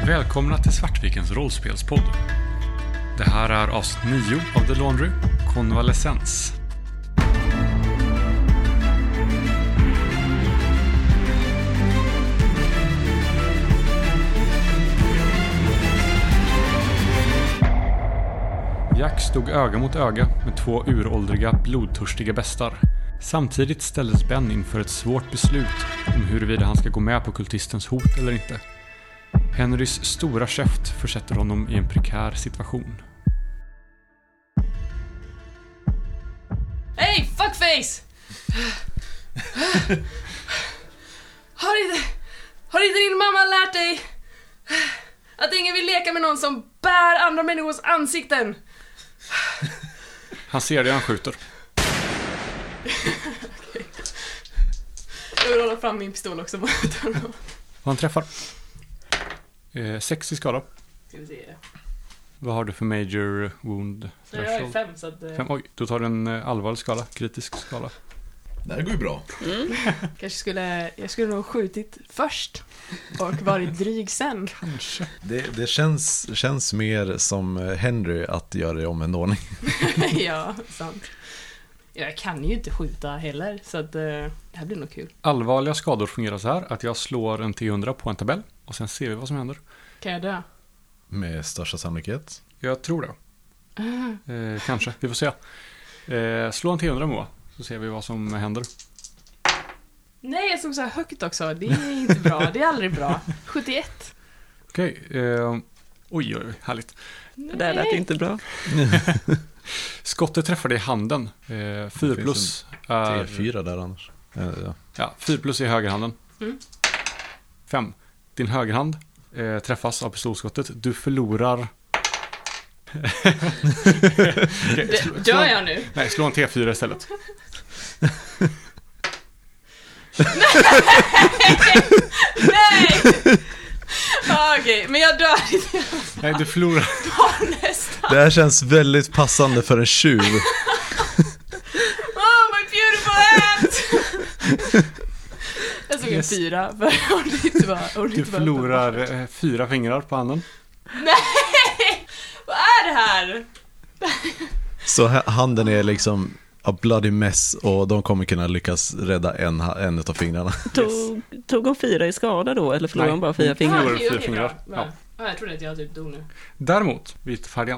Välkomna till Svartvikens rollspelspodd. Det här är avsnitt 9 av The Laundry, Konvalescens. Jack stod öga mot öga med två uråldriga, blodtörstiga bestar. Samtidigt ställdes Ben inför ett svårt beslut om huruvida han ska gå med på kultistens hot eller inte. Henrys stora käft försätter honom i en prekär situation. Hey, fuckface! Har inte din mamma lärt dig att ingen vill leka med någon som bär andra människors ansikten? Han ser det han skjuter. Okay. Jag vill hålla fram min pistol också. Och han träffar. 6 i skada. Ska vi se. Vad har du för major wound? Jag har 5 så att... 5, oj, då tar du en allvarlig skala, kritisk skala. Det här går ju bra. Jag skulle nog skjutit först och varit dryg sen. Kanske. Det känns mer som Henry att göra det om en ordning. Ja, sant. Jag kan ju inte skjuta heller, så att det här blir nog kul. Allvarliga skador fungerar så här att jag slår en T100 på en tabell och sen ser vi vad som händer. Kan jag dö? Med största sannolikhet. Jag tror det. Kanske, vi får se. Slå en T100 Moa, så ser vi vad som händer. Nej, jag såg så här högt också. Det är inte bra, det är aldrig bra. 71. Okej, oj, härligt. Nej. Det där lät inte bra. Skottet träffar dig i handen. 4 plus är... 3-4 där annars. Ja, 4 plus i högerhanden. 5. Din högerhand träffas av pistolskottet. Du förlorar... Dör jag nu? Nej, slå en T4 istället. Nej! Okej, men jag dör inte. Nej, du förlorar. Det här känns väldigt passande för en tjuv. Oh, my beautiful hands! Jag såg en 4 för Du förlorar 4 fingrar på handen. Nej! Vad är det här? Så handen är liksom a bloody mess och de kommer kunna lyckas rädda en av fingrarna. Tog hon 4 i skada då? Eller förlorade hon bara 4 fingrar? Förlorar 4 fingrar. Ja. Jag trodde att jag typ dog nu. Däremot, vi är färdiga.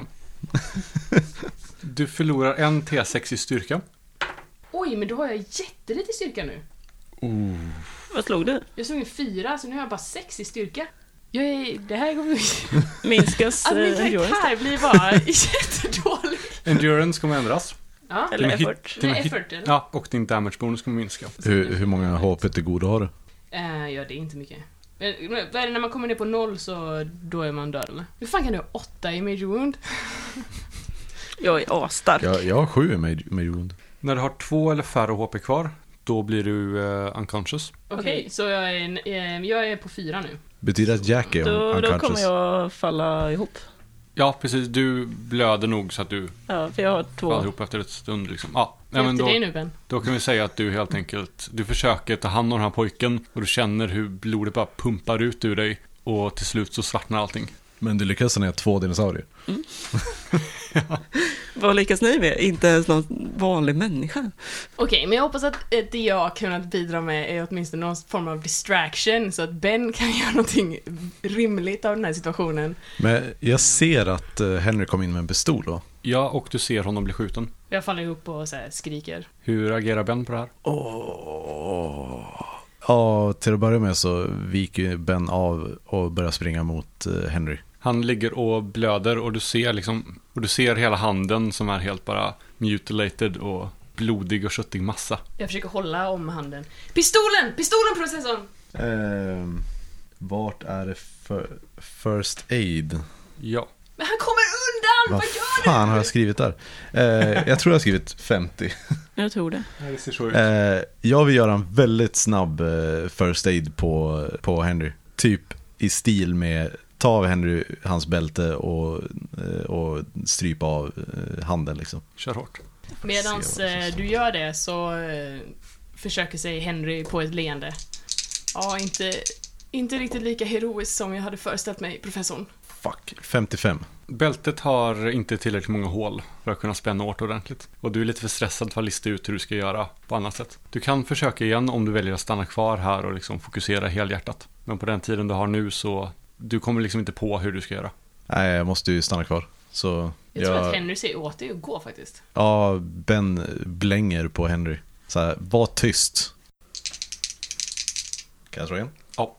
Du förlorar en T6 i styrka. Oj, men då har jag jättelite styrka nu. Vad slog du? Jag slog en 4, så nu har jag bara 6 i styrka. Det här går Minskas min endurance. karaktär blir bara jättedålig. Endurance kommer ändras. Ja. Eller effort. Effort, eller? Ja, och din damage bonus kommer minska. Hur många HP till godo har du? Ja, det är inte mycket. Men vad är det, när man kommer ner på 0 så då är man död, eller? Hur fan kan du ha 8 i major wound? Jag är asstark. Jag har 7 i major wound. När du har 2 eller färre HP kvar, då blir du unconscious. Okej, så jag är på 4 nu. Betyder att Jack är unconscious? Då kommer jag falla ihop. Ja, precis. Du blöder nog så att du Ja, för jag har 2. faller ihop efter ett stund. Liksom. Ja, Men men det nu, Ben. då kan vi säga att du helt enkelt du försöker ta hand om den här pojken och du känner hur blodet bara pumpar ut ur dig och till slut så svartnar allting. Men du lyckas ner 2 dinosaurier. Ja. Vad lyckas ni med? Inte ens någon vanlig människa. Okej, men jag hoppas att det jag har kunnat bidra med är åtminstone någon form av distraction så att Ben kan göra någonting rimligt av den här situationen. Men jag ser att Henry kom in med en pistol då. Ja, och du ser honom bli skjuten. Jag faller ihop och så här skriker. Hur agerar Ben på det här? Ja, till att börja med så viker Ben av och börjar springa mot Henry. Han ligger och blöder och du ser hela handen som är helt bara mutilated och blodig och köttig massa. Jag försöker hålla om handen. Pistolen, processorn! Vart är det first aid? Ja. Men han kommer undan! Vad gör du? Fan har jag skrivit där? Jag tror jag har skrivit 50. Jag tror det. Det ser så ut. Jag vill göra en väldigt snabb first aid på Henry. Typ i stil med ta av Henry hans bälte och strypa av handen liksom. Kör hårt. Medans du gör det så försöker sig Henry på ett leende. Ja, Inte riktigt lika heroiskt som jag hade föreställt mig, professorn. Fuck, 55. Bältet har inte tillräckligt många hål för att kunna spänna åt ordentligt. Och du är lite för stressad för att lista ut hur du ska göra på annat sätt. Du kan försöka igen om du väljer att stanna kvar här och liksom fokusera helhjärtat. Men på den tiden du har nu så du kommer liksom inte på hur du ska göra. Nej, jag måste ju stanna kvar. Så Jag tror att Henry säger åt dig att gå faktiskt. Ja, Ben blänger på Henry. Så här, var tyst. Kan jag slå igen? Ja.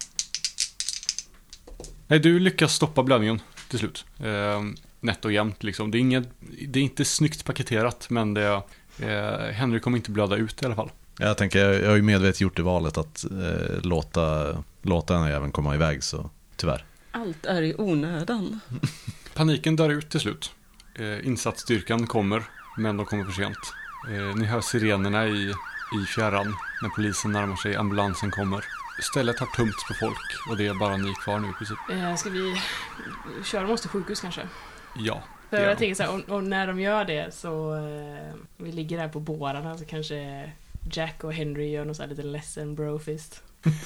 Nej, du lyckas stoppa blödningen till slut. Nätt och jämnt liksom. Det är inte snyggt paketerat, men Henry kommer inte blöda ut i alla fall. Jag tänker, jag har ju medvetet gjort det valet att låta den här jäveln komma iväg, så tyvärr. Allt är i onödan. Paniken dör ut till slut. Insatsstyrkan kommer, men de kommer för sent. Ni hör sirenerna i fjärran när polisen närmar sig, ambulansen kommer. Stället har tömts på folk och det är bara ni kvar nu i princip. Ska vi köra dem till sjukhus kanske? Ja. För jag tänker så här, och när de gör det så vi ligger där på bårarna så kanske Jack och Henry gör någon så här lite ledsen brofist.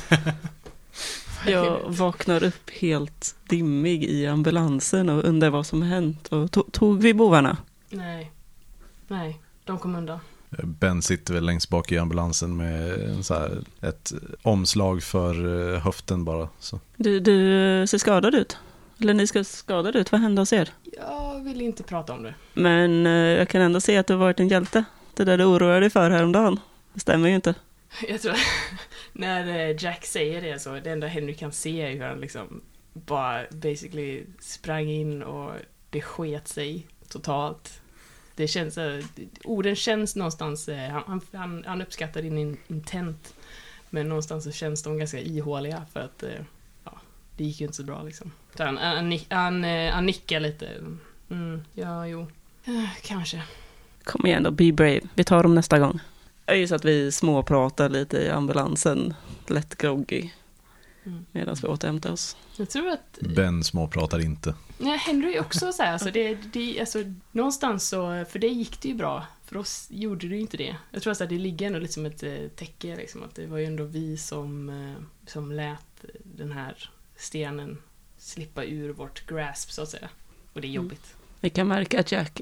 Jag vaknar upp helt dimmig i ambulansen och undrar vad som hänt. Och tog vi bovarna? Nej, de kom undan. Ben sitter väl längst bak i ambulansen med ett omslag för höften bara. Så. Du ser skadad ut. Eller ni ska skadad ut. Vad hände hos er? Jag vill inte prata om det. Men jag kan ändå se att du har varit en hjälte. Det där du oroade dig för häromdagen. Det stämmer ju inte. Jag tror när Jack säger det så det enda Henry kan se är hur han liksom bara basically sprang in och det sket sig totalt. Det känns, orden känns någonstans, han uppskattar din intent, men någonstans så känns de ganska ihåliga för att det gick ju inte så bra liksom. Så han nickar lite. Kanske. Kom igen då, be brave. Vi tar dem nästa gång. Jag gissar att vi småpratar lite i ambulansen, lätt groggy, medan vi återhämtar oss. Jag tror att Ben småpratar inte. Nej, Henry också så här, alltså någonstans så, för det gick det ju bra. För oss gjorde det ju inte det. Jag tror att det ligger ändå lite som ett täcke liksom, att det var ju ändå vi som lät den här stenen slippa ur vårt grasp så att säga. Och det är jobbigt. Ni kan märka att Jack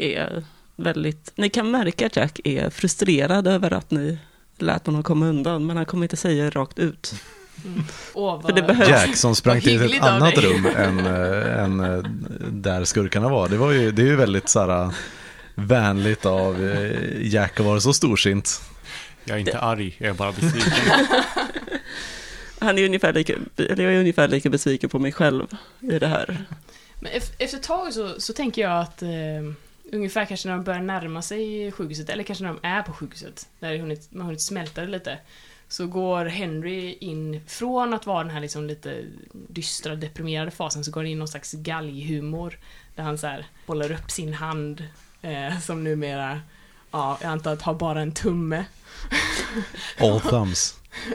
är frustrerad över att ni lät honom komma undan, men han kommer inte säga det rakt ut. För det behövs. Jack som sprang till ett annat rum än där skurkarna var. Det är ju väldigt så här vänligt av Jack att vara så storsint. Jag är inte arg, jag är bara besviken. Jag är ungefär lika besviken på mig själv i det här. Men efter ett tag så tänker jag att ungefär kanske när de börjar närma sig sjukhuset, eller kanske när de är på sjukhuset, när man har hunnit smälta det lite, så går Henry in från att vara den här liksom lite dystra, deprimerade fasen, så går han in någon slags galghumor där han så här bollar upp sin hand som numera, jag antar att har bara en tumme. All thumbs.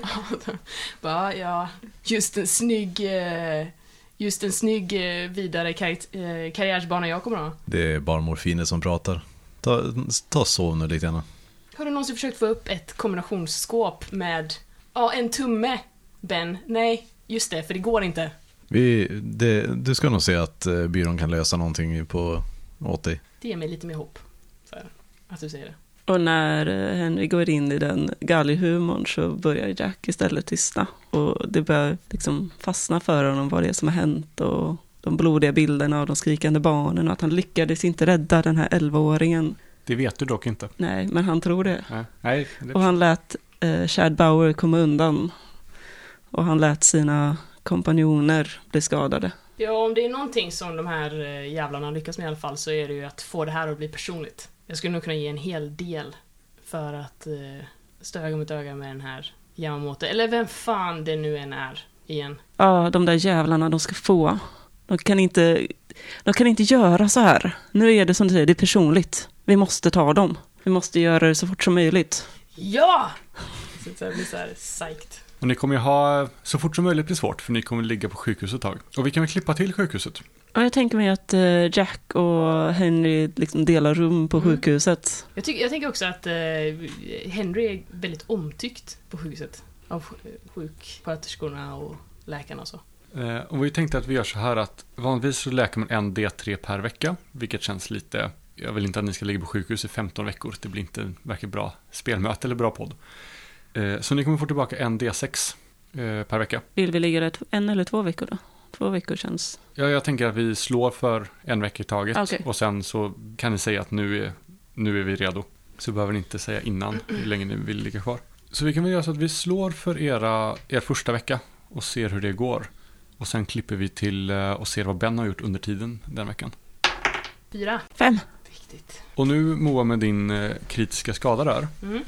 Just en snygg vidare karriärsbana jag kommer att ha. Det är bara morfiner som pratar. Ta sov nu lite grann. Har du någonsin försökt få upp ett kombinationsskåp med en tumme, Ben? Nej, just det, för det går inte. Du ska nog se att byrån kan lösa någonting åt dig. Det ger mig lite mer hopp, så här, att du säger det. Och när Henry går in i den galghumorn så börjar Jack istället tystna. Och det börjar liksom fastna för honom vad det är som har hänt. Och de blodiga bilderna av de skrikande barnen. Och att han lyckades inte rädda den här 11-åringen. Det vet du dock inte. Nej, men han tror det. Nej, och han lät Chad Bauer komma undan. Och han lät sina kompanjoner bli skadade. Ja, om det är någonting som de här jävlarna lyckas med i alla fall, så är det ju att få det här att bli personligt. Jag skulle nog kunna ge en hel del för att stå öga mot öga med den här Yamamoto. Eller vem fan det nu än är igen. Ja, de där jävlarna de ska få. De kan inte göra så här. Nu är det som du säger, det är personligt. Vi måste ta dem. Vi måste göra det så fort som möjligt. Ja! Så det blir så här psyched. Och ni kommer ju ha, så fort som möjligt blir svårt, för ni kommer ligga på sjukhuset ett tag. Och vi kan väl klippa till sjukhuset. Ja, jag tänker mig att Jack och Henry liksom delar rum på sjukhuset. Jag tänker också att Henry är väldigt omtyckt på sjukhuset. Av sjuksköterskorna och läkarna och så. Och vi tänkte att vi gör så här att vanligtvis så läker man en D3 per vecka, vilket känns lite... Jag vill inte att ni ska ligga på sjukhus i 15 veckor. Det blir inte verkligen bra spelmöte eller bra podd. Så ni kommer få tillbaka en D6 per vecka. Vill vi ligga där 1 eller 2 veckor då? 2 veckor känns... Ja, jag tänker att vi slår för 1 vecka i taget. Okay. Och sen så kan ni säga att nu är vi redo. Så behöver ni inte säga innan hur länge ni vill ligga kvar. Så vi kan väl göra så att vi slår för er första vecka och ser hur det går. Och sen klipper vi till och ser vad Ben har gjort under tiden den veckan. 4. 5. Viktigt. Och nu, Moa, med din kritiska skada där,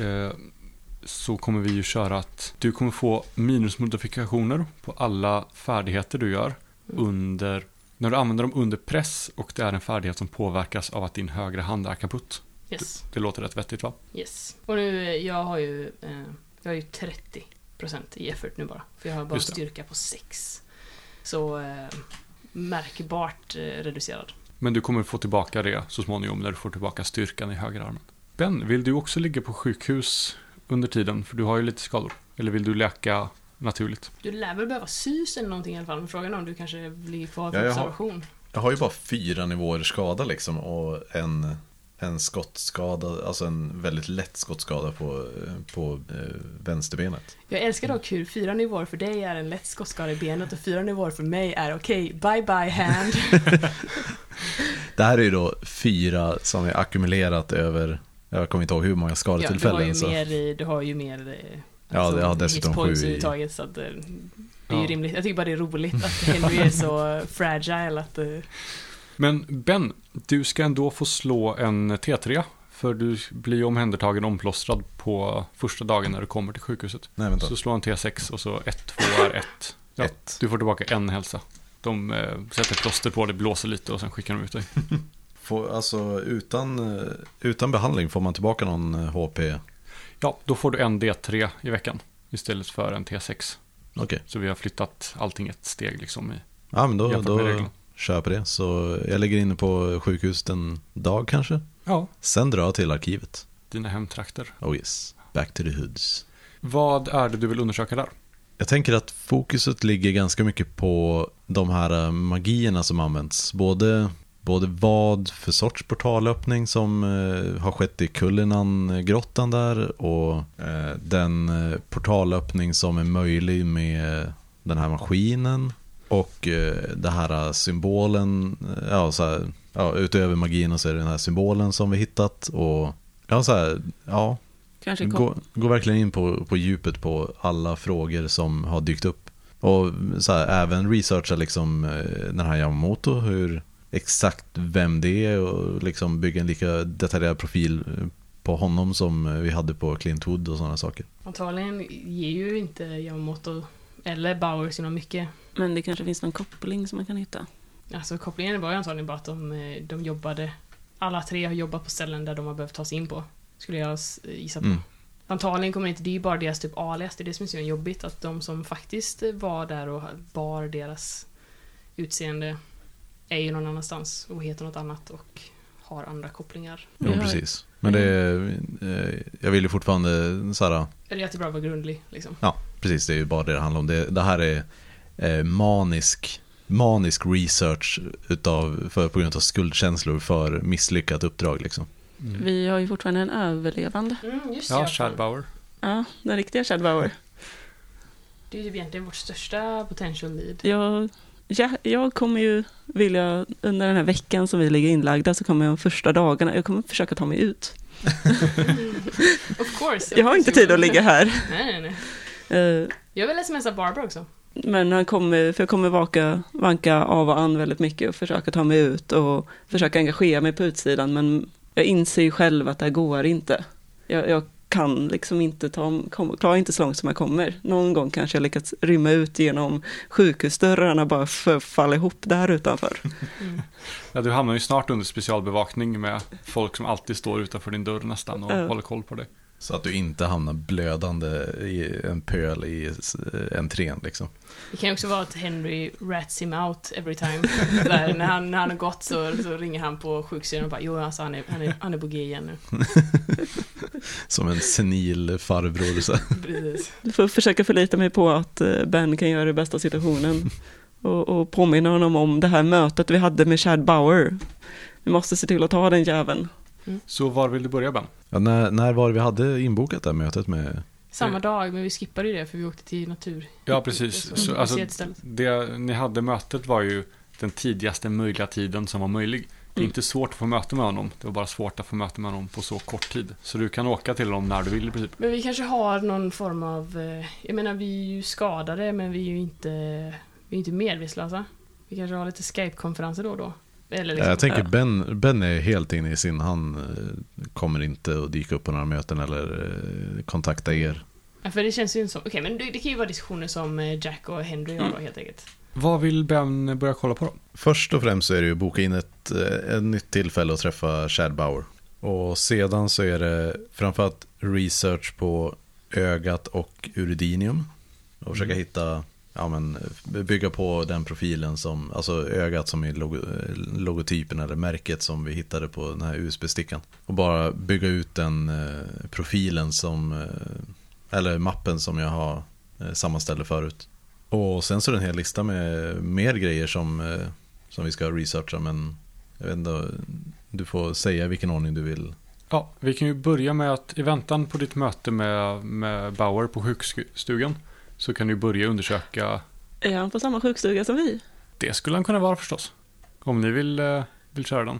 så kommer vi ju köra att du kommer få minusmodifikationer på alla färdigheter du gör när du använder dem under press, och det är en färdighet som påverkas av att din högra hand är kaputt. Yes. Det låter rätt vettigt, va? Yes. Och nu, jag har ju 30% i effort nu bara. För jag har bara styrka på 6. Så märkbart reducerad. Men du kommer få tillbaka det så småningom när du får tillbaka styrkan i högerarmen. Ben, vill du också ligga på sjukhus under tiden? För du har ju lite skador. Eller vill du läka naturligt? Du lär väl behöva sys eller någonting i alla fall. Men frågan är om du kanske blir kvar för observation. Jag har ju bara 4 nivåer skada liksom. Och en skottskada, alltså en väldigt lätt skottskada på vänsterbenet. Jag älskar dock hur 4 nivåer för dig är en lätt skottskada i benet och 4 nivåer för mig är okej, bye bye hand. Det här är ju då 4 som är ackumulerat över, jag kommer inte ihåg hur många skadetillfällen. Du har ju mer ja, det har dessutom 7 i taget, så att det är ju rimligt. Jag tycker bara det är roligt att Henry är så fragile att... Men Ben, du ska ändå få slå en T3, för du blir omhändertagen och omplåstrad på första dagen när du kommer till sjukhuset. Nej, vänta. Så slå en T6 och så 1, 2 är 1. Ja, 1. Du får tillbaka 1 hälsa. De sätter plåster på det, blåser lite och sen skickar de ut dig. Alltså utan behandling får man tillbaka någon HP? Ja, då får du en D3 i veckan istället för en T6. Okay. Så vi har flyttat allting ett steg liksom i. Ja, men då köper det. Så jag lägger inne på sjukhus en dag kanske. Ja. Sen drar jag till arkivet. Dina hemtrakter. Oh yes, back to the hoods. Vad är det du vill undersöka där? Jag tänker att fokuset ligger ganska mycket på de här magierna som används. Både vad för sorts portalöppning som har skett i Kullinan-grottan där, och den portalöppning som är möjlig med den här maskinen, och det här symbolen, utöver magin så är det den här symbolen som vi hittat, och kanske gå verkligen in på djupet på alla frågor som har dykt upp, och även researcha liksom den här Yamamoto, hur exakt vem det är, och liksom bygga en lika detaljerad profil på honom som vi hade på Clint Wood och sådana saker. Antagligen ger ju inte Yamamoto eller Bauer så mycket. Men det kanske finns någon koppling som man kan hitta. Alltså kopplingen var ju antagligen bara att de jobbade, alla 3 har jobbat på ställen där de har behövt ta sig in på, skulle jag gissa på. Antagligen kommer inte, det är ju bara deras typ alias, det är det som är så jobbigt, att de som faktiskt var där och bar deras utseende är ju någon annanstans och heter något annat och har andra kopplingar. Jo, precis. Men jag vill ju fortfarande såhär... Det är jättebra att vara grundlig liksom. Ja, precis, det är ju bara det handlar om. Det här är manisk research på grund av skuldkänslor för misslyckat uppdrag liksom. Vi har ju fortfarande en överlevande. Just ja, Chad Bauer. Ja, den riktiga Chad Bauer. Det är ju egentligen vårt största potential lead. Jag kommer ju vilja, under den här veckan som vi ligger inlagda, så kommer jag första dagarna, jag kommer försöka ta mig ut. Of course. Jag har inte tid att ligga här. Nej. Jag vill smsa Barbara också. Men jag kommer vanka av och an väldigt mycket och försöka ta mig ut och försöka engagera mig på utsidan, men jag inser ju själv att det här går inte. Jag kan liksom inte klarar inte så långt som jag kommer. Någon gång kanske jag lyckats rymma ut genom sjukhusdörrarna, bara för att falla ihop där utanför. Ja, du hamnar ju snart under specialbevakning med folk som alltid står utanför din dörr nästan och håller koll på dig. Så att du inte hamnar blödande i en pöl i entrén liksom. Det kan ju också vara att Henry rats him out every time. Där, när han har gått så ringer han på sjukstugan och bara, jo alltså han är på G igen nu. Som en senil farbror så. Precis. Du får försöka förlita mig på att Ben kan göra det bästa situationen. Och påminna honom om det här mötet vi hade med Chad Bauer. Vi måste se till att ta den jäveln. Så var vill du börja, Ben? Ja, när var det vi hade inbokat det här mötet med? Samma dag, men vi skippade ju det för vi åkte till natur. Ja, precis. Så, alltså, det ni hade mötet var ju den tidigaste möjliga tiden som var möjlig. Det är inte svårt att få möte med honom. Det var bara svårt att få möte med honom på så kort tid. Så du kan åka till honom när du vill i princip. Men vi kanske har någon form av... Jag menar, vi är ju skadade, men vi är ju inte medvetslösa. Vi kanske har lite Skype-konferenser då och då. Eller liksom, jag tänker Ben är helt inne i sin. Han kommer inte att dyka upp på några möten eller kontakta er. Ja, för det känns ju som... Okej, men det kan ju vara diskussioner som Jack och Henry har då, helt enkelt. Vad vill Ben börja kolla på då? Först och främst så är det ju att boka in ett nytt tillfälle att träffa Chad Bauer. Och sedan så är det framförallt research på ögat och Urudinium. Och försöka hitta... Ja, men bygga på den profilen som, alltså ögat som är logotypen eller märket som vi hittade på den här USB-stickan. Och bara bygga ut den profilen som, eller mappen som jag har sammanställde förut. Och sen så är det en hel lista med mer grejer som vi ska researcha, men jag vet inte, du får säga vilken ordning du vill. Ja, vi kan ju börja med att i väntan på ditt möte med Bauer på sjukstugan så kan du börja undersöka... Är han på samma sjukstuga som vi? Det skulle han kunna vara förstås. Om ni vill köra den.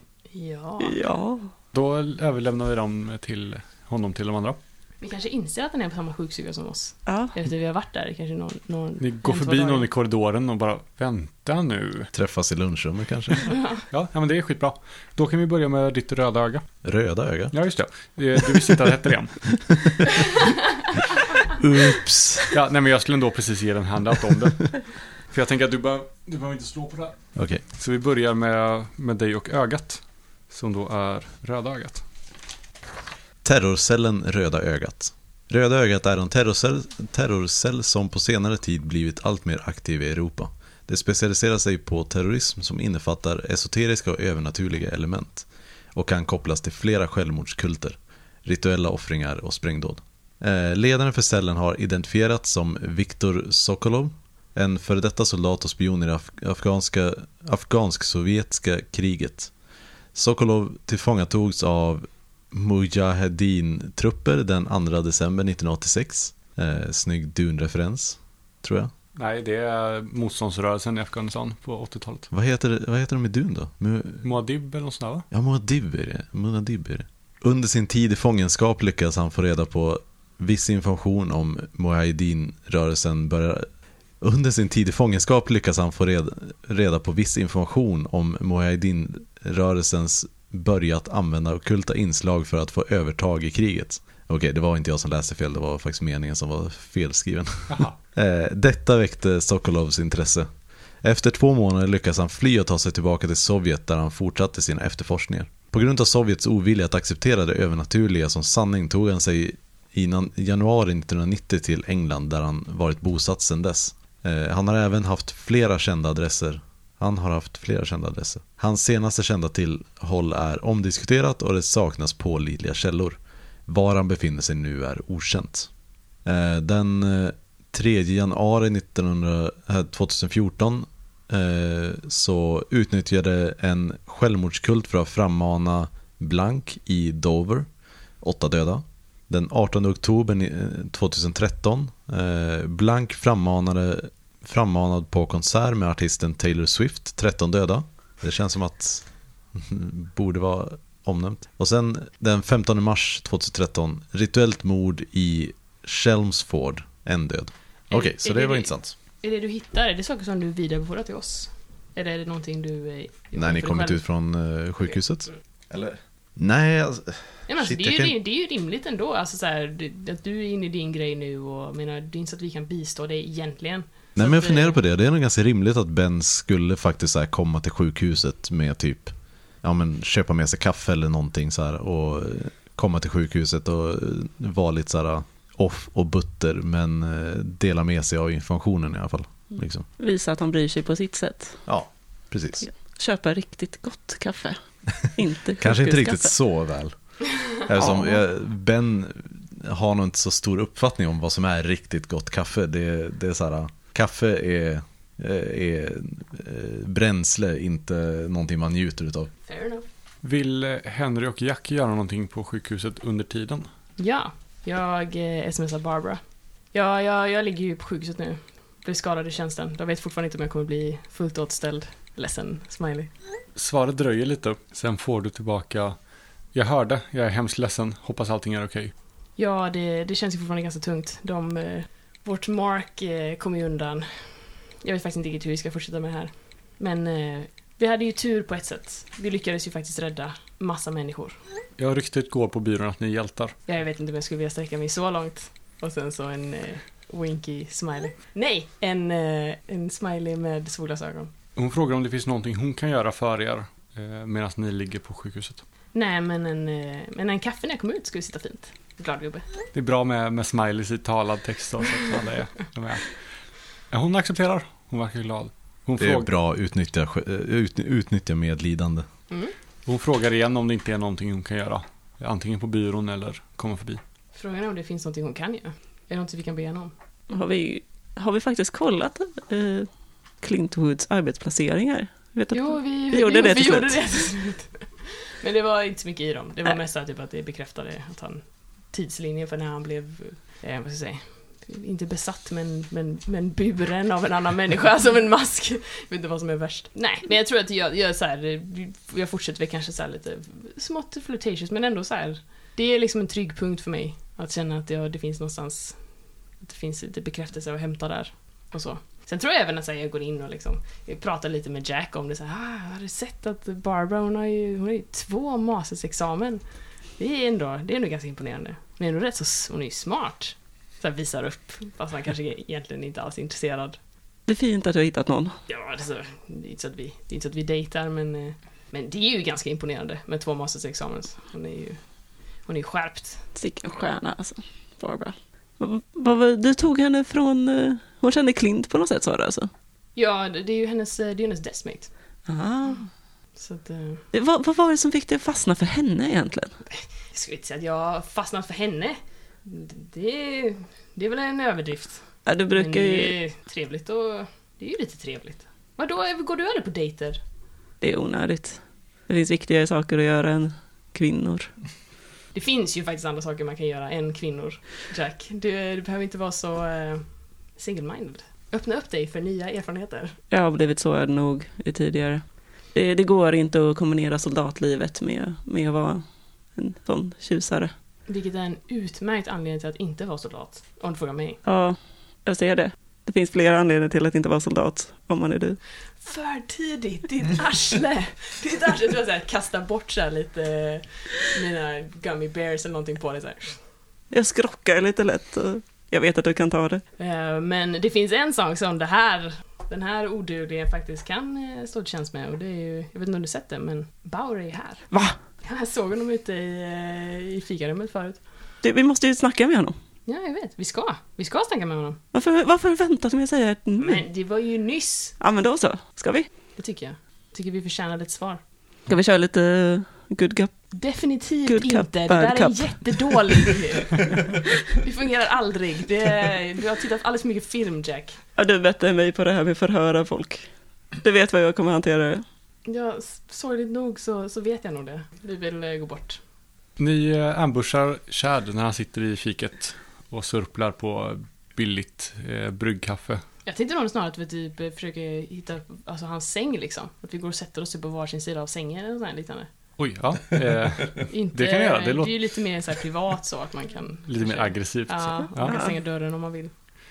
Ja. Då överlämnar vi dem till honom till de andra. Vi kanske inser att han är på samma sjukstuga som oss. Ja. Efter vi har varit där. Kanske någon ni går förbi någon i korridoren och bara, vänta nu. Träffas i lunchrummet kanske. Ja, men det är skitbra. Då kan vi börja med ditt röda öga. Röda öga? Ja, just det. Du visste inte att det hette det igen. Oops. Ja, nej, men jag skulle ändå precis ge en handout om det. För jag tänker att du behöver inte slå på det här. Okej. Så vi börjar med dig och ögat. Som då är röda ögat. Terrorcellen röda ögat. Röda ögat är en terrorcell som på senare tid blivit allt mer aktiv i Europa. Det specialiserar sig på terrorism som innefattar esoteriska och övernaturliga element och kan kopplas till flera självmordskulter, rituella offringar och sprängdåd. Ledaren för cellen har identifierats som Viktor Sokolov, en före detta soldat och spion i det afghansk-sovjetiska kriget. Sokolov tillfångatogs av Mujahedin-trupper den 2 december 1986. Snygg Dune-referens, tror jag. Nej, det är motståndsrörelsen i Afghanistan på 80-talet. Vad heter de i Dune då? Muad'Dib eller något sånt där, va? Ja, Muad'Dib är det. Under sin tid i fångenskap lyckas han få reda på viss information om Mujahedin-rörelsen Under sin tid i fångenskap lyckas han få reda på viss information om Mujahedin-rörelsens börjat använda ockulta inslag för att få övertag i kriget. Okej, det var inte jag som läste fel, det var faktiskt meningen som var felskriven. Detta väckte Sokolovs intresse. Efter 2 månader lyckas han fly och ta sig tillbaka till Sovjet där han fortsatte sina efterforskningar. På grund av Sovjets ovilja att acceptera det övernaturliga som sanning tog han sig i januari 1990 till England där han varit bosatt sedan dess. Han har även haft flera kända adresser. Hans senaste kända tillhåll är omdiskuterat och det saknas pålitliga källor. Var han befinner sig nu är okänt. Den 3 januari 2014 så utnyttjade en självmordskult för att frammana Blank i Dover. 8 döda. Den 18 oktober 2013 Blank frammanad på konsert med artisten Taylor Swift, 13 döda. Det känns som att borde vara omnämnt. Och sen den 15 mars 2013 rituellt mord i Chelmsford, 1 död. Okej, så det var intressant. Är det du hittar, är det saker som du vidarebefordrar till oss? Eller är det någonting du... när ni kommit ut från sjukhuset? Eller? Nej, alltså... Ja, men alltså, det är ju rimligt ändå, alltså, så här, att du är inne i din grej nu och menar, det är inte så att vi kan bistå dig egentligen. Nej, men jag funderar på det. Det är nog ganska rimligt att Ben skulle faktiskt så här, komma till sjukhuset med typ, ja men köpa med sig kaffe eller någonting så här och komma till sjukhuset och vara lite såhär off och butter, men dela med sig av informationen i alla fall. Liksom. Visa att han bryr sig på sitt sätt. Ja, precis. Köpa riktigt gott kaffe. Inte Kanske inte riktigt sjukhuskaffe. så väl. Eftersom Ben har nog inte så stor uppfattning om vad som är riktigt gott kaffe. Det är så här, kaffe är bränsle, inte någonting man njuter utav. Fair enough. Vill Henry och Jack göra någonting på sjukhuset under tiden? Ja, jag smsar Barbara. Ja, jag ligger ju på sjukhuset nu. Blev skadad i tjänsten. Jag vet fortfarande inte om jag kommer bli fullt återställd. Ledsen, smiley. Svaret dröjer lite. Sen får du tillbaka: jag hörde, jag är hemskt ledsen. Hoppas allting är okej. Ja, det känns ju fortfarande ganska tungt. Vårt Mark kom ju undan. Jag vet faktiskt inte riktigt hur vi ska fortsätta med det här. Men vi hade ju tur på ett sätt. Vi lyckades ju faktiskt rädda massa människor. Jag ryktet går på byrån att ni är hjältar. Jag vet inte om jag skulle vilja sträcka mig så långt. Och sen så en winky smiley. Nej, en smiley med solglasögon. Hon frågar om det finns någonting hon kan göra för er medan ni ligger på sjukhuset. Nej, men en kaffe när jag kommer ut skulle sitta fint. Glad gubbe. Det är bra med smileys i talad text då, så att alla de är. Hon accepterar. Hon verkar glad. Det är bra, utnyttja medlidande. Mm. Hon frågar igen om det inte är någonting hon kan göra. Antingen på byrån eller komma förbi. Frågan är om det finns någonting hon kan göra. Är det någonting vi kan be henne om? Har vi faktiskt kollat Clint Woods arbetsplaceringar? Jo, vi gjorde det till slut. Men det var inte så mycket i dem. Det var mest typ att det bekräftade att han tidslinjen för när han blev vad ska jag säga, inte besatt men buren av en annan människa som en mask. Jag vet inte vad som är värst. Nej, men jag tror att jag så här, jag fortsätter väl kanske så här lite smått flirtatious, men ändå så här, det är liksom en trygg punkt för mig att känna att det finns någonstans, att det finns lite bekräftelse att hämta där och så. Sen tror jag även att jag går in och liksom pratar lite med Jack om det så här, har du sett att Barbara hon har ju 2 mastersexamen. Det är ändå ganska imponerande. Men ändå rätt så hon är ju smart. Så här visar upp, fast han kanske egentligen inte alls är intresserad. Det är fint att du har hittat någon. Ja, det är inte så att vi dejtar, men det är ju ganska imponerande med 2 mastersexamen. Hon är ju skärpt. Sicken stjärna alltså, Barbara. Du tog henne från, hon kände Clint på något sätt, sa du alltså? Ja, det är ju hennes deskmate. Så att, vad var det som fick dig att fastna för henne egentligen? Jag skulle inte säga att jag har fastnat för henne. Det är väl en överdrift. Ja, du brukar men det är trevligt och det är ju lite trevligt. Vadå, går du aldrig på dejter? Det är onödigt. Det finns viktigare saker att göra än kvinnor. Det finns ju faktiskt andra saker man kan göra än kvinnor, Jack. Du behöver inte vara så single-minded. Öppna upp dig för nya erfarenheter. Jag har blivit så nog i tidigare. Det går inte att kombinera soldatlivet med att vara en sån tjusare. Vilket är en utmärkt anledning till att inte vara soldat, om du frågar mig. Ja, jag ser det. Det finns flera anledningar till att inte vara soldat, om man är du. För tidigt, ditt arsle! Ditt arsle, du har såhär, kasta bort så här lite mina gummy bears eller någonting på det så här. Jag skrockar lite lätt och jag vet att du kan ta det. Men det finns en sak som den här odugliga faktiskt kan stå till tjänst med, och det är ju, jag vet inte om du sett det, men Bauer är här. Va? Jag såg honom ute i fikarummet förut. Vi måste ju snacka med honom. Ja, jag vet. Vi ska snacka med honom. Varför väntar du med att säga ett Men det var ju nyss. Ja, men då så. Ska vi? Det tycker jag. Tycker vi förtjänar ett svar. Ska vi köra lite good cup? Definitivt good inte. Cup, det där är cup. Jättedåligt. Det fungerar aldrig. Du har tittat alldeles för mycket film, Jack. Ja, du bättre mig på det här med förhöra folk. Du vet vad jag kommer hantera det. Ja, sorgligt nog så vet jag nog det. Vi vill gå bort. Ni ambushar Chad när han sitter i fiket och surplar på billigt bryggkaffe. Jag tänkte nog snarare att vi typ försöker hitta hans säng liksom. Att vi går och sätter oss på varsin sida av sängen eller något liknande. Oj, ja. Inte, det kan jag göra. Det är ju lite mer så här privat så att man kan... Lite mer aggressivt. Ja, man kan stänga dörren om man vill.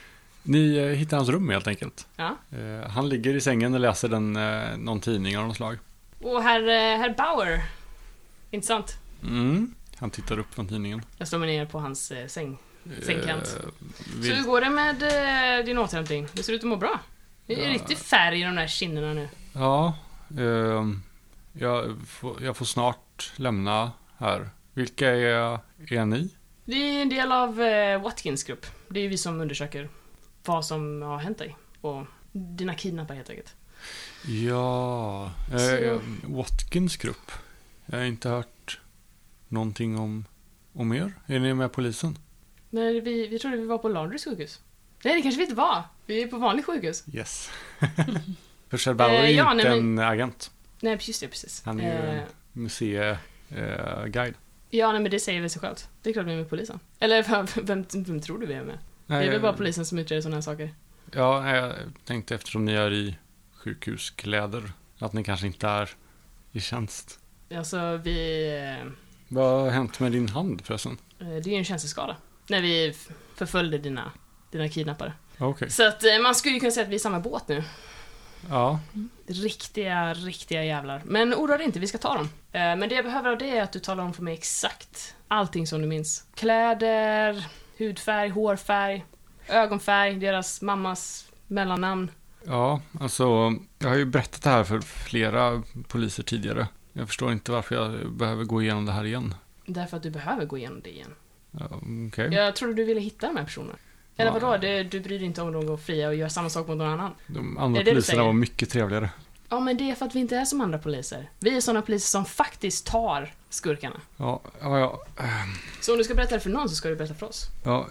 Ni hittar hans rum helt enkelt. Ja. Han ligger i sängen och läser någon tidning av något slag. Och herr Bauer. Intressant. Han tittar upp från tidningen. Jag slår mig ner på hans sängkant. Så Vill... hur går det med din återhämtning? Det ser ut att må bra. Det är riktigt färg i de där kinderna nu. Ja, jag får snart lämna här. Vilka är ni? Det är en del av Watkins grupp. Det är vi som undersöker vad som har hänt dig. Och dina kidnappare helt enkelt. Ja, Watkins grupp. Jag har inte hört någonting om er. Är ni med polisen? Men vi trodde vi var på Laundrys sjukhus. Nej, det kanske vi inte var. Vi är på vanligt sjukhus. Yes. För Sherbauer är ju inte en agent. Nej, just det, precis. Han är ju museiguide. Ja, nej, men det säger väl sig självt. Det är klart vi är med polisen. Eller vem tror du vi är med? Nej, det är väl bara polisen som utreder sådana här saker. Ja, jag tänkte eftersom ni är i sjukhuskläder att ni kanske inte är i tjänst. Alltså, Vad har hänt med din hand förresten? det är ju en känselsskada. När vi förföljde dina kidnappare. Okej. Så att man skulle ju kunna säga att vi är i samma båt nu. Ja. Riktiga jävlar. Men oroa dig inte, vi ska ta dem. Men det jag behöver av det är att du talar om för mig exakt allting som du minns. Kläder, hudfärg, hårfärg, ögonfärg, deras mammas mellannamn. Ja, alltså jag har ju berättat det här för flera poliser tidigare. Jag förstår inte varför jag behöver gå igenom det här igen. Därför att du behöver gå igenom det igen. Ja, okej. Jag trodde du ville hitta de här personerna. Eller Ja. vadå? Du bryr dig inte om de går fria och gör samma sak mot någon annan. De andra Är det du poliserna säger? var mycket trevligare. Ja, men det är för att vi inte är som andra poliser. Vi är sådana poliser som faktiskt tar skurkarna. Ja. Så om du ska berätta det för någon så ska du berätta för oss. Ja,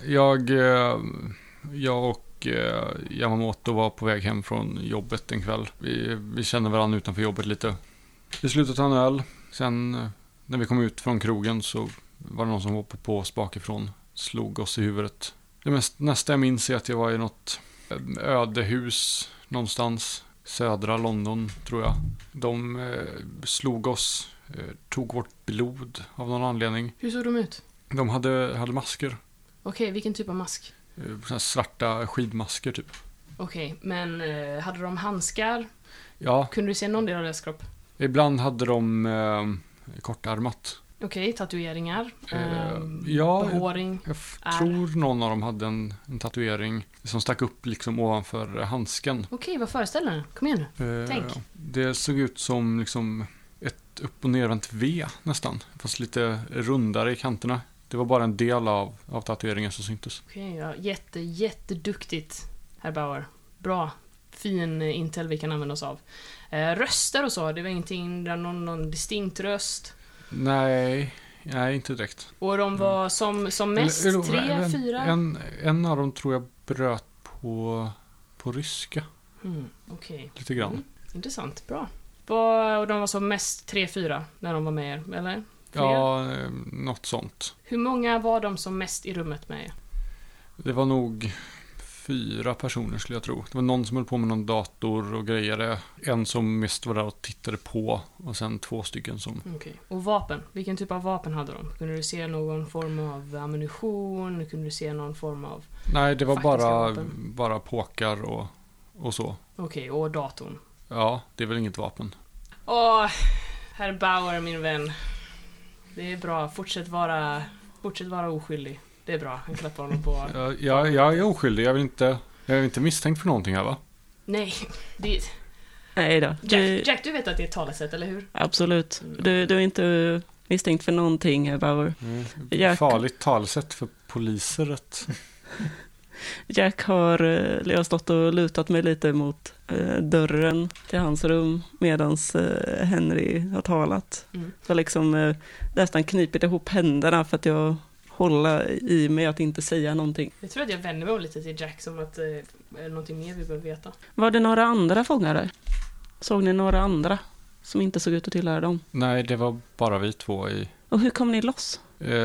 jag och Yamamoto var på väg hem från jobbet en kväll. Vi kände varandra utanför jobbet lite. Vi slutade ta en öl. Sen när vi kom ut från krogen så var det någon som hoppade på oss bakifrån. Slog oss i huvudet. Nästa jag minns är att jag var i något ödehus någonstans. Södra London, tror jag. De slog oss, tog vårt blod av någon anledning. Hur såg de ut? De hade masker. Okej, vilken typ av mask? Såna här svarta skidmasker typ. Okej, men hade de handskar? Ja, Kunde du se någon del av deras kropp? ibland hade de kortärmat. Okej, tatueringar? Ja, behåring? jag tror någon av dem hade en tatuering som stack upp liksom ovanför handsken. Okej, vad föreställer den? Kom igen nu. Tänk. Det såg ut som liksom ett upp- och nervänt V nästan. Fast lite rundare i kanterna. Det var bara en del av tatueringen som syntes. Okej, ja. Jätteduktigt, herr Bauer. Bra. Fin intel vi kan använda oss av. Röster och så, det var ingenting där någon distinkt röst. Nej, inte direkt. Och de var som mest 3, 4? En av dem tror jag bröt på ryska. Okej. Lite grann. Intressant, bra. Och de var som mest 3, 4 när de var med er, eller? Fler? Ja, något sånt. Hur många var de som mest i rummet med er? Det var nog 4 personer skulle jag tro. Det var någon som höll på med någon dator och grejade. En som mest var där och tittade på. Och sen 2 stycken som... Okej. Och vapen? Vilken typ av vapen hade de? Kunde du se någon form av ammunition? Kunde du se någon form av... Nej, det var faktiska vapen? bara påkar och så. Okej, och datorn? Ja, det är väl inget vapen. Åh, herr Bauer, min vän. Det är bra. Fortsätt vara oskyldig. Det är bra. Han klappar honom på... Jag är oskyldig. Jag är inte misstänkt för någonting här, va? Nej, det... Nej då. Jack, du vet att det är ett talesätt, eller hur? Absolut. Du är inte misstänkt för någonting här, Bauer. Jack- Farligt talsätt för poliser att... Jack har stått och lutat mig lite mot dörren till hans rum medan Henry har talat. Så liksom nästan knipit ihop händerna för att jag håller i mig att inte säga någonting. Jag tror att jag vänder mig lite till Jack som att är det någonting mer vi behöver veta. Var det några andra fångar där? Såg ni några andra som inte såg ut att tillhöra dem? Nej, det var bara vi 2 i... Och hur kom ni loss?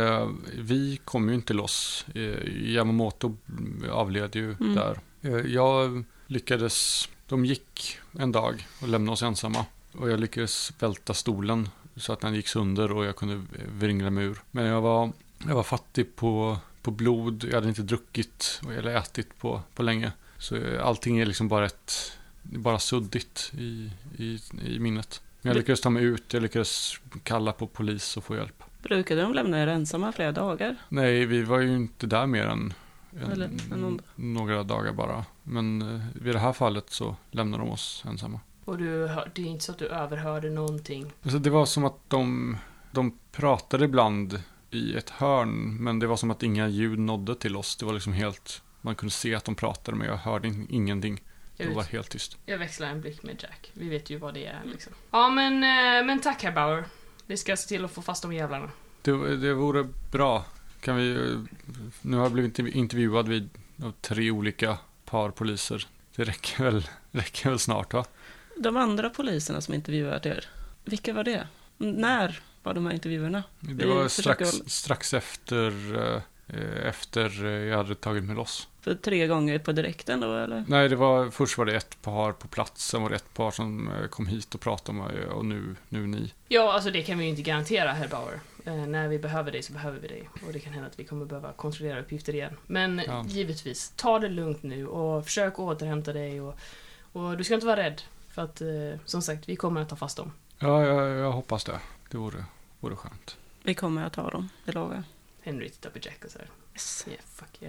Vi kom ju inte loss. Yamamoto avled ju där. Jag lyckades... De gick en dag och lämnade oss ensamma. Och jag lyckades välta stolen så att den gick sönder och jag kunde vringla mig ur. Men jag var fattig på blod. Jag hade inte druckit eller ätit på länge. Så allting är liksom bara suddigt i minnet. Men jag lyckades ta mig ut. Jag lyckades kalla på polis och få hjälp. Brukade de lämna er ensamma flera dagar? Nej, vi var ju inte där mer än några dagar bara. Men vid det här fallet så lämnade de oss ensamma. Och det är inte så att du överhörde någonting? Alltså det var som att De pratade ibland i ett hörn, men det var som att inga ljud nådde till oss. Det var liksom helt, man kunde se att de pratade, men jag hörde ingenting. Det var helt tyst. Jag växlar en blick med Jack. Vi vet ju vad det är liksom. Ja, men tack herr Bauer. Vi ska se till att få fast de jävlarna. Det vore bra. Kan vi... Nu har jag blivit intervjuad vid 3 olika par poliser. Det räcker väl snart, va? De andra poliserna som intervjuat er, vilka var det? När var de här intervjuerna? Det var strax efter jag hade tagit mig loss. För 3 gånger på direkten då, eller? Nej, först var det ett par på plats, sen var det ett par som kom hit och pratade med mig, och nu ni. Ja, alltså det kan vi ju inte garantera, herr Bauer. När vi behöver det så behöver vi det. Och det kan hända att vi kommer behöva kontrollera uppgifter igen. Men givetvis, ta det lugnt nu och försök återhämta dig. Och du ska inte vara rädd. För att, som sagt, vi kommer att ta fast dem. Ja, jag hoppas det. Det vore skönt. Vi kommer att ta dem, det lovar jag. Henry tittar på Jack och säger Yes. yeah, fuck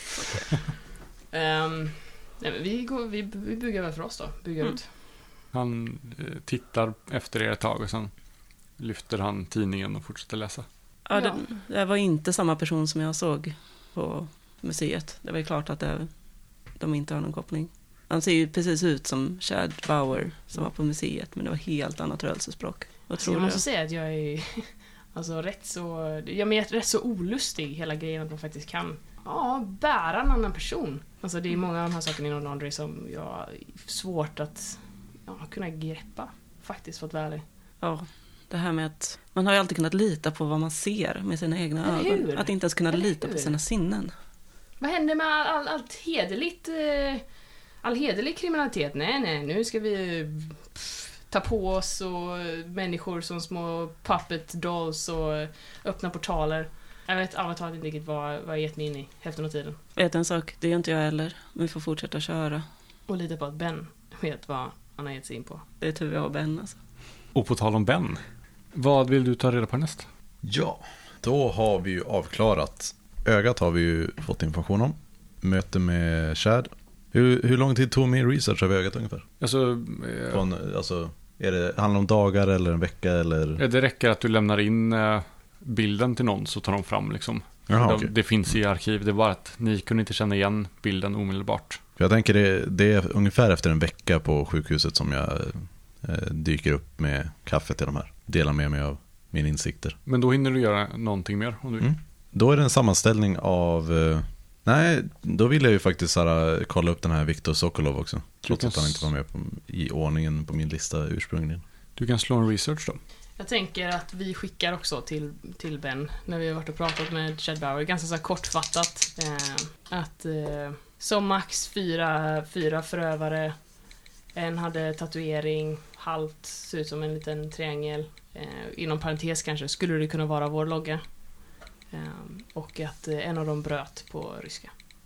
yeah. Nej, men vi bygger väl för oss då. Bygger ut. Han tittar efter er ett tag och sen lyfter han tidningen och fortsätter läsa. Ja, det var inte samma person som jag såg på museet. Det var ju klart att de inte har någon koppling. Han ser ju precis ut som Chad Bauer som var på museet, men det var helt annat rörelsespråk. Jag måste säga att jag är alltså rätt så olustig hela grejen att man faktiskt kan bära en annan person. Alltså det är många av de här sakerna inom laundry som jag har svårt att kunna greppa faktiskt, för att vara ärlig. Ja, det här med att man har ju alltid kunnat lita på vad man ser med sina egna ögon. Att inte ens kunna lita på sina sinnen. Vad händer med allt hederligt, all hederlig kriminalitet? Nej, nu ska vi ta på oss och människor som små puppet dolls och öppna portaler. Jag vet allvarligt inte riktigt vad jag gett mig in i hälften av tiden. Vet en sak, det är inte jag heller. Men vi får fortsätta köra. Och lita på att Ben vet vad han har gett sig in på. Det är tur jag har Ben alltså. Och på tal om Ben, vad vill du ta reda på näst? Ja, då har vi ju avklarat. Ögat har vi ju fått information om. Möte med Chad. Hur lång tid tog min research av ögat ungefär? Handlar det om dagar eller en vecka? Eller? Det räcker att du lämnar in bilden till någon, så tar de fram liksom. Jaha, okay. Det finns i arkiv. Det är bara att ni kunde inte känna igen bilden omedelbart. Jag tänker det är ungefär efter en vecka på sjukhuset som jag dyker upp med kaffe till de här. Delar med mig av mina insikter. Men då hinner du göra någonting mer om du vill. Då är det en sammanställning av... då vill jag ju faktiskt kolla upp den här Viktor Sokolov också. Trots att han inte var med i ordningen på min lista ursprungligen. Du kan slå en research då. Jag tänker att vi skickar också till Ben när vi har varit och pratat med Chad Bauer. Ganska så kortfattat. Att som max 4 förövare. En hade tatuering. Halvt ser ut som en liten triangel. Inom parentes kanske skulle det kunna vara vår logga. Och att en av dem bröt på ryska.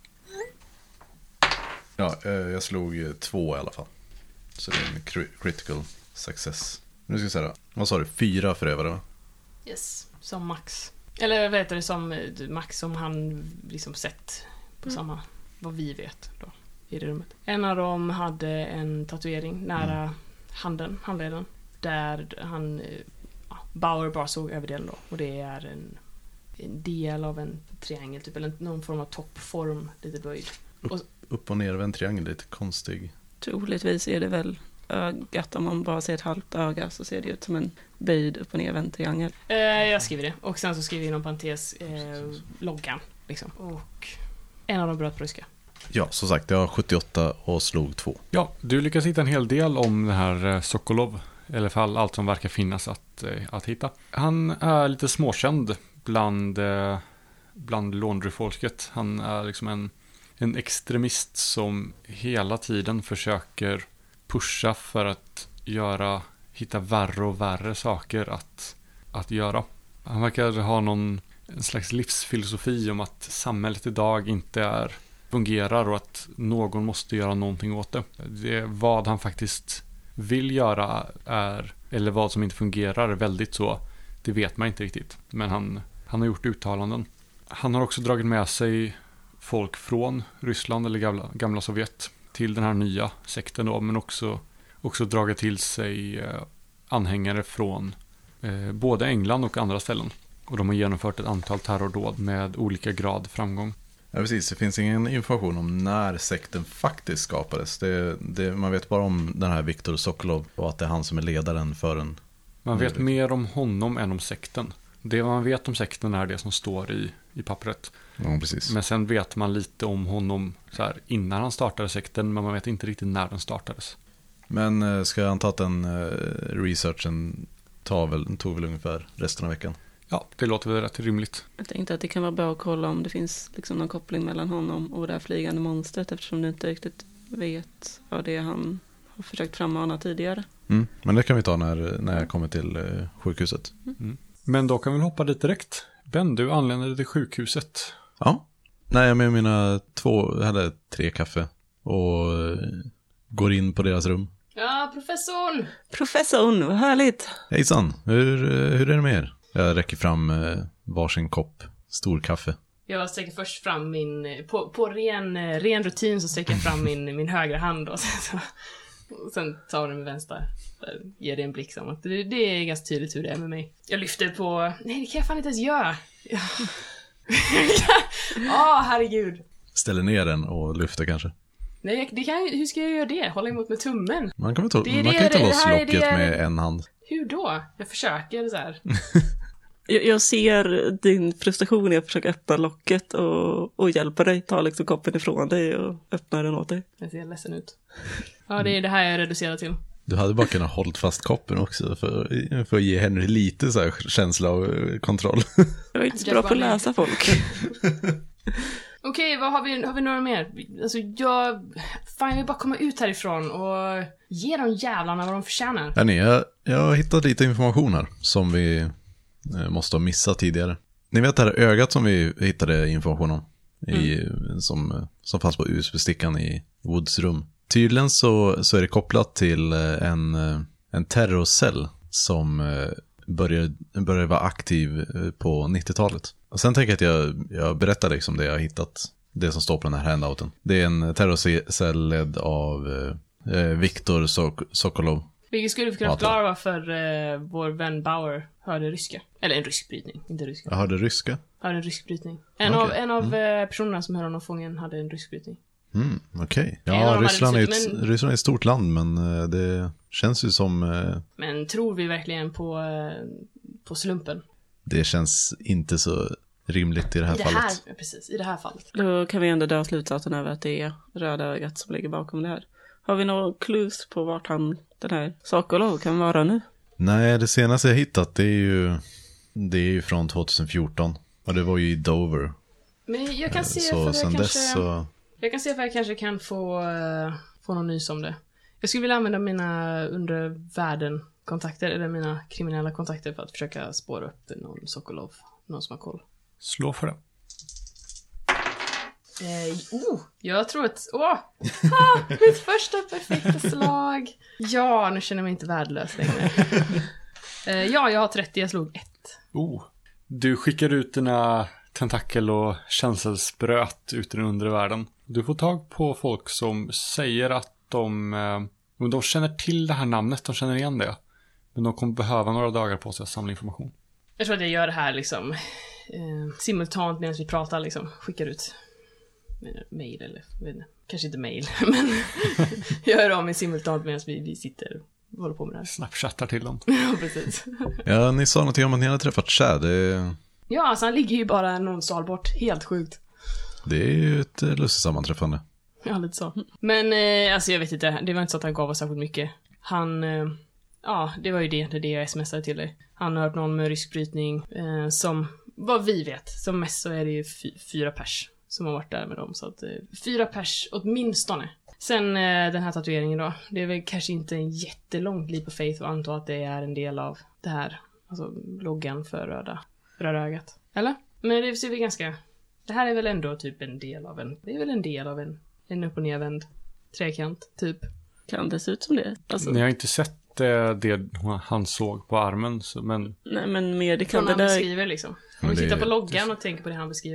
Ja, jag slog 2 i alla fall. Så det är en critical success. Nu ska vi säga, vad sa du? 4 förövare, va? Yes, som max. Eller vad heter det, som max som han liksom sett på samma, vad vi vet då, i det rummet. En av dem hade en tatuering nära handleden. Där Bauer bara såg överdelen då. Och det är en del av en triangel typ, eller någon form av toppform, lite böjd. Upp och ner av en triangel, lite konstig. Troligtvis är det väl ögat. Om man bara ser ett halvt öga så ser det ut som en böjd upp och ner av en triangel. Jag skriver det. Och sen så skriver jag inom parentes loggan. Liksom. Och en av dem bröt på ryska. Ja, som sagt, jag har 78 och slog 2. Ja, du lyckas hitta en hel del om det här Sokolov. I alla fall allt som verkar finnas att hitta. Han är lite småkänd bland laundryfolket. Han är liksom en extremist som hela tiden försöker pusha för att hitta värre och värre saker att göra. Han verkar ha en slags livsfilosofi om att samhället idag inte fungerar och att någon måste göra någonting åt det. Vad han faktiskt vill göra eller vad som inte fungerar väldigt så, det vet man inte riktigt. Men han har gjort uttalanden. Han har också dragit med sig folk från Ryssland eller gamla Sovjet till den här nya sekten då, men också dragit till sig anhängare från både England och andra ställen. Och de har genomfört ett antal terrordåd med olika grad framgång. Ja, precis. Det finns ingen information om när sekten faktiskt skapades. Man vet bara om den här Viktor Sokolov och att det är han som är ledaren för den. Man vet mer om honom än om sekten. Det man vet om sekten är det som står i pappret. Ja, precis. Men sen vet man lite om honom så här, innan han startade sekten, men man vet inte riktigt när den startades. Men ska jag anta att den researchen tog väl ungefär resten av veckan? Ja, det låter väl rätt rimligt. Jag tänkte att det kan vara bra att kolla om det finns liksom någon koppling mellan honom och det här flygande monstret, eftersom du inte riktigt vet vad det är han har försökt frammana tidigare. Men det kan vi ta när jag kommer till sjukhuset. Men då kan vi hoppa dit direkt. Ben, du anländer till sjukhuset. Ja. Nej, jag med mina 3 kaffe och går in på deras rum. Ja, professorn! Professorn, vad härligt! Hejsan, hur är det med er? Jag räcker fram varsin kopp stor kaffe. Jag sträcker först fram min... På ren rutin så sträcker jag fram min högra hand och sen tar den med vänster. Ger det en blick som att det är ganska tydligt hur det är med mig. Jag lyfter på... Nej, det kan jag fan inte ens göra. Herregud. Ställer ner den och lyfter kanske. Nej, hur ska jag göra det? Hålla emot med tummen. Man kan ta loss locket med en hand. Hur då? Jag försöker så här. Jag ser din frustration i att försöka öppna locket och hjälpa dig. Ta liksom koppen ifrån dig och öppna den åt dig. Jag ser ledsen ut. Ja, det är det här jag reducerar till. Du hade bara kunnat hålla fast koppen också för att ge Henry lite så här känsla av kontroll. Jag är inte så bra på att läsa folk. Okej, vad har vi några mer? Alltså jag vill bara komma ut härifrån och ge de jävlarna vad de förtjänar. Jag har hittat lite information här som vi måste ha missat tidigare. Ni vet det här ögat som vi hittade information om som fanns på USB-stickan i Woods rum. Tydligen så är det kopplat till en terrorcell som började vara aktiv på 90-talet. Och sen tänker jag att jag berättar liksom det jag har hittat, det som står på den här handouten. Det är en terrorcell ledd av Viktor Sokolov. Vilket skulle vi kunna förklara varför vår vän Bauer hörde ryska. Eller en ryskbrytning, inte ryska. Jag hörde ryska? Hörde en ryskbrytning. En av personerna som hörde honom fången hade en ryskbrytning. Okej. Ja, Ryssland är ett stort land, men det känns ju som... Men tror vi verkligen på slumpen? Det känns inte så rimligt i det här fallet. Precis, i det här fallet. Då kan vi ändå dra slutsatsen över att det är röda ögat som ligger bakom det här. Har vi några clues på vart den här Sokolov kan vara nu? Nej, det senaste jag hittat det är ju från 2014. Och det var ju i Dover. Men jag kan se jag kan se om jag kanske kan få någon nys om det. Jag skulle vilja använda mina undervärlden-kontakter eller mina kriminella kontakter för att försöka spåra upp någon Sokolov. Någon som har koll. Slå för det. Jag tror att... mitt första perfekta slag. Ja, nu känner jag mig inte värdelös längre. Jag har 30, jag slog 1. Du skickar ut dina tentakel- och känselspröt ut i den undre världen. Du får tag på folk som säger att de känner till det här namnet, de känner igen det. Men de kommer behöva några dagar på sig att samla information. Jag tror att jag gör det här liksom simultant medan vi pratar liksom. Skickar ut mail eller kanske inte mail, men jag gör av mig simultant medan vi sitter och håller på med det här. Snapchattar till dem. Ja, precis. Ja, ni sa någonting om att ni hade träffat Chad. Ja, alltså han ligger ju bara någon sal bort. Helt sjukt. Det är ju ett lustigt sammanträffande. Ja, lite så. Men alltså jag vet inte, det var inte så att han gav oss särskilt mycket. Han, det var ju det jag smsade till dig. Han har hört någon med ryskbrytning som, vad vi vet, som mest så är det ju 4 pers som har varit där med dem. Så att 4 pers åtminstone. Sen den här tatueringen då, det är väl kanske inte en jättelångt liv på faith att anta att det är en del av det här, alltså loggan för röda ögat. Eller? Men det ser vi ganska... Det här är väl ändå typ en del av en upp- och nedvänd trekant, typ. Kan det se ut som det? Alltså... Ni har inte sett det han såg på armen, så, men... Nej, men mer det kan det det han beskriver liksom. Om vi tittar på loggan och tänker på det han beskriver.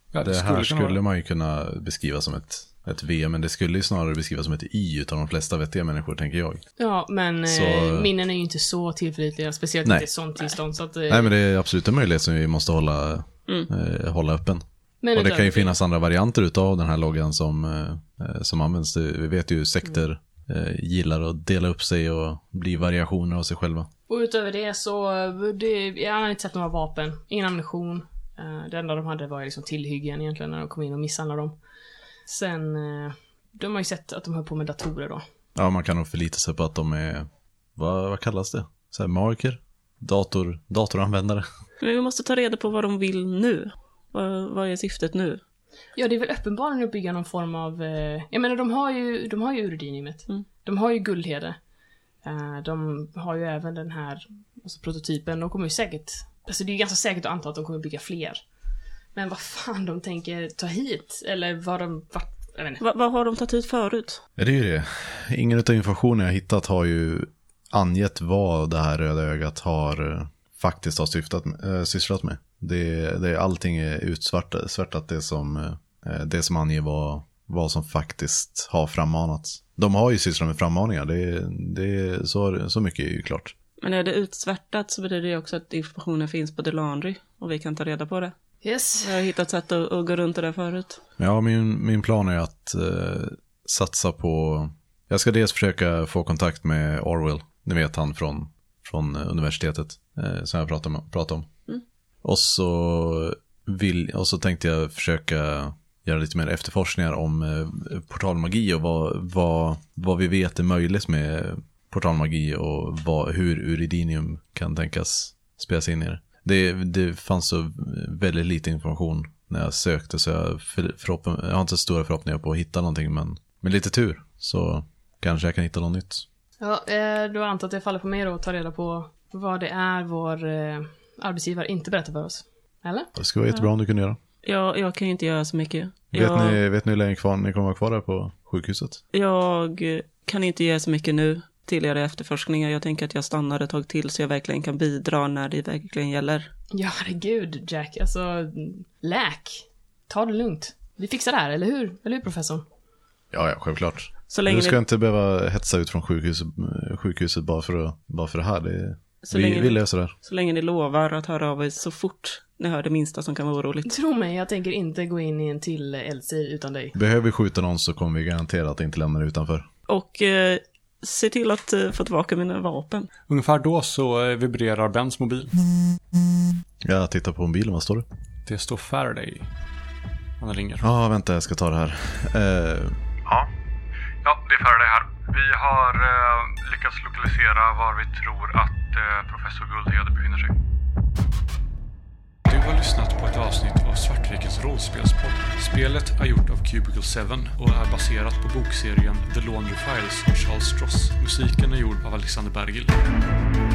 Ja, det här skulle vara. man ju kunna beskriva som ett V, men det skulle ju snarare beskrivas som ett Y utav de flesta vettiga människor, tänker jag. Ja, men minnen är ju inte så tillförlitliga, speciellt inte i sånt tillstånd. Så att, Nej, men det är absolut en möjlighet som vi måste hålla öppen. men och det kan ju finnas andra varianter utav den här loggan som används. Vi vet ju sekter gillar att dela upp sig och bli variationer av sig själva. Och utöver det så, jag har inte sett några vapen, ingen ammunition. Det enda de hade var liksom tillhyggen egentligen när de kom in och misshandlade dem. Sen, de har ju sett att de höll på med datorer då. Ja, man kan nog förlita sig på att de är, vad kallas det? Så här marker? Datoranvändare. Men vi måste ta reda på vad de vill nu. Vad är syftet nu? Ja, det är väl uppenbarligen att bygga någon form av... jag menar, de har ju uridiniumet. De har ju guldhede. De har ju även den här prototypen. De kommer ju säkert... Alltså det är ju ganska säkert att anta att de kommer bygga fler. Men vad fan de tänker ta hit? Eller vad de... Jag vet inte. Vad har de tagit hit förut? Ja, det är ju det. Ingen av informationen jag hittat har ju angett vad det här röda ögat faktiskt har sysslat med. Allting är utsvärtat det som anger vad som faktiskt har frammanats. De har ju sysslat med frammaningar, det är så mycket är ju klart. Men är det utsvärtat så betyder det också att informationen finns på The Laundry och vi kan ta reda på det. Yes. Jag har hittat sätt att gå runt det där förut. Ja, min plan är att satsa på... Jag ska dels försöka få kontakt med Orwell. Ni vet han från universitetet som jag pratade om. Och så tänkte jag försöka göra lite mer efterforskningar om portalmagi och vad vi vet är möjligt med portalmagi och hur uridinium kan tänkas spelas in i det. Det fanns så väldigt lite information när jag sökte, så jag har inte stora förhoppningar på att hitta någonting, men med lite tur så kanske jag kan hitta något nytt. Ja, då antar att det faller på mig då att ta reda på vad det är vår arbetsgivare inte berättar för oss. Eller? Det skulle vara jättebra om du kunde göra. Ja, jag kan ju inte göra så mycket. Vet ni hur länge ni kommer vara kvar där på sjukhuset? Jag kan inte göra så mycket nu till era efterforskningar. Jag tänker att jag stannar ett tag till så jag verkligen kan bidra när det verkligen gäller. Ja, herregud, Jack. Alltså, ta det lugnt. Vi fixar det här, eller hur? Eller hur, professor? Ja, självklart. Du ska inte behöva hetsa ut från sjukhuset bara för det här. Vi löser det. Så länge ni lovar att höra av er så fort ni hör det minsta som kan vara oroligt. Tro mig, jag tänker inte gå in i en till Elsie utan dig. Behöver vi skjuta någon så kommer vi garantera att inte lämna det utanför. Och se till att få tillbaka mina vapen. Ungefär då så vibrerar Bens mobil. Jag tittar på mobilen, vad står det? Det står Faraday. Han ringer. Ja, vänta, jag ska ta det här. Ja, det är Faraday här. Vi har lyckats lokalisera var vi tror att professor Guldhede befinner sig. Du har lyssnat på ett avsnitt av Svartrikens rollspelspodd. Spelet är gjort av Cubicle 7 och är baserat på bokserien The Laundry Files av Charles Stross. Musiken är gjord av Alexander Bergil.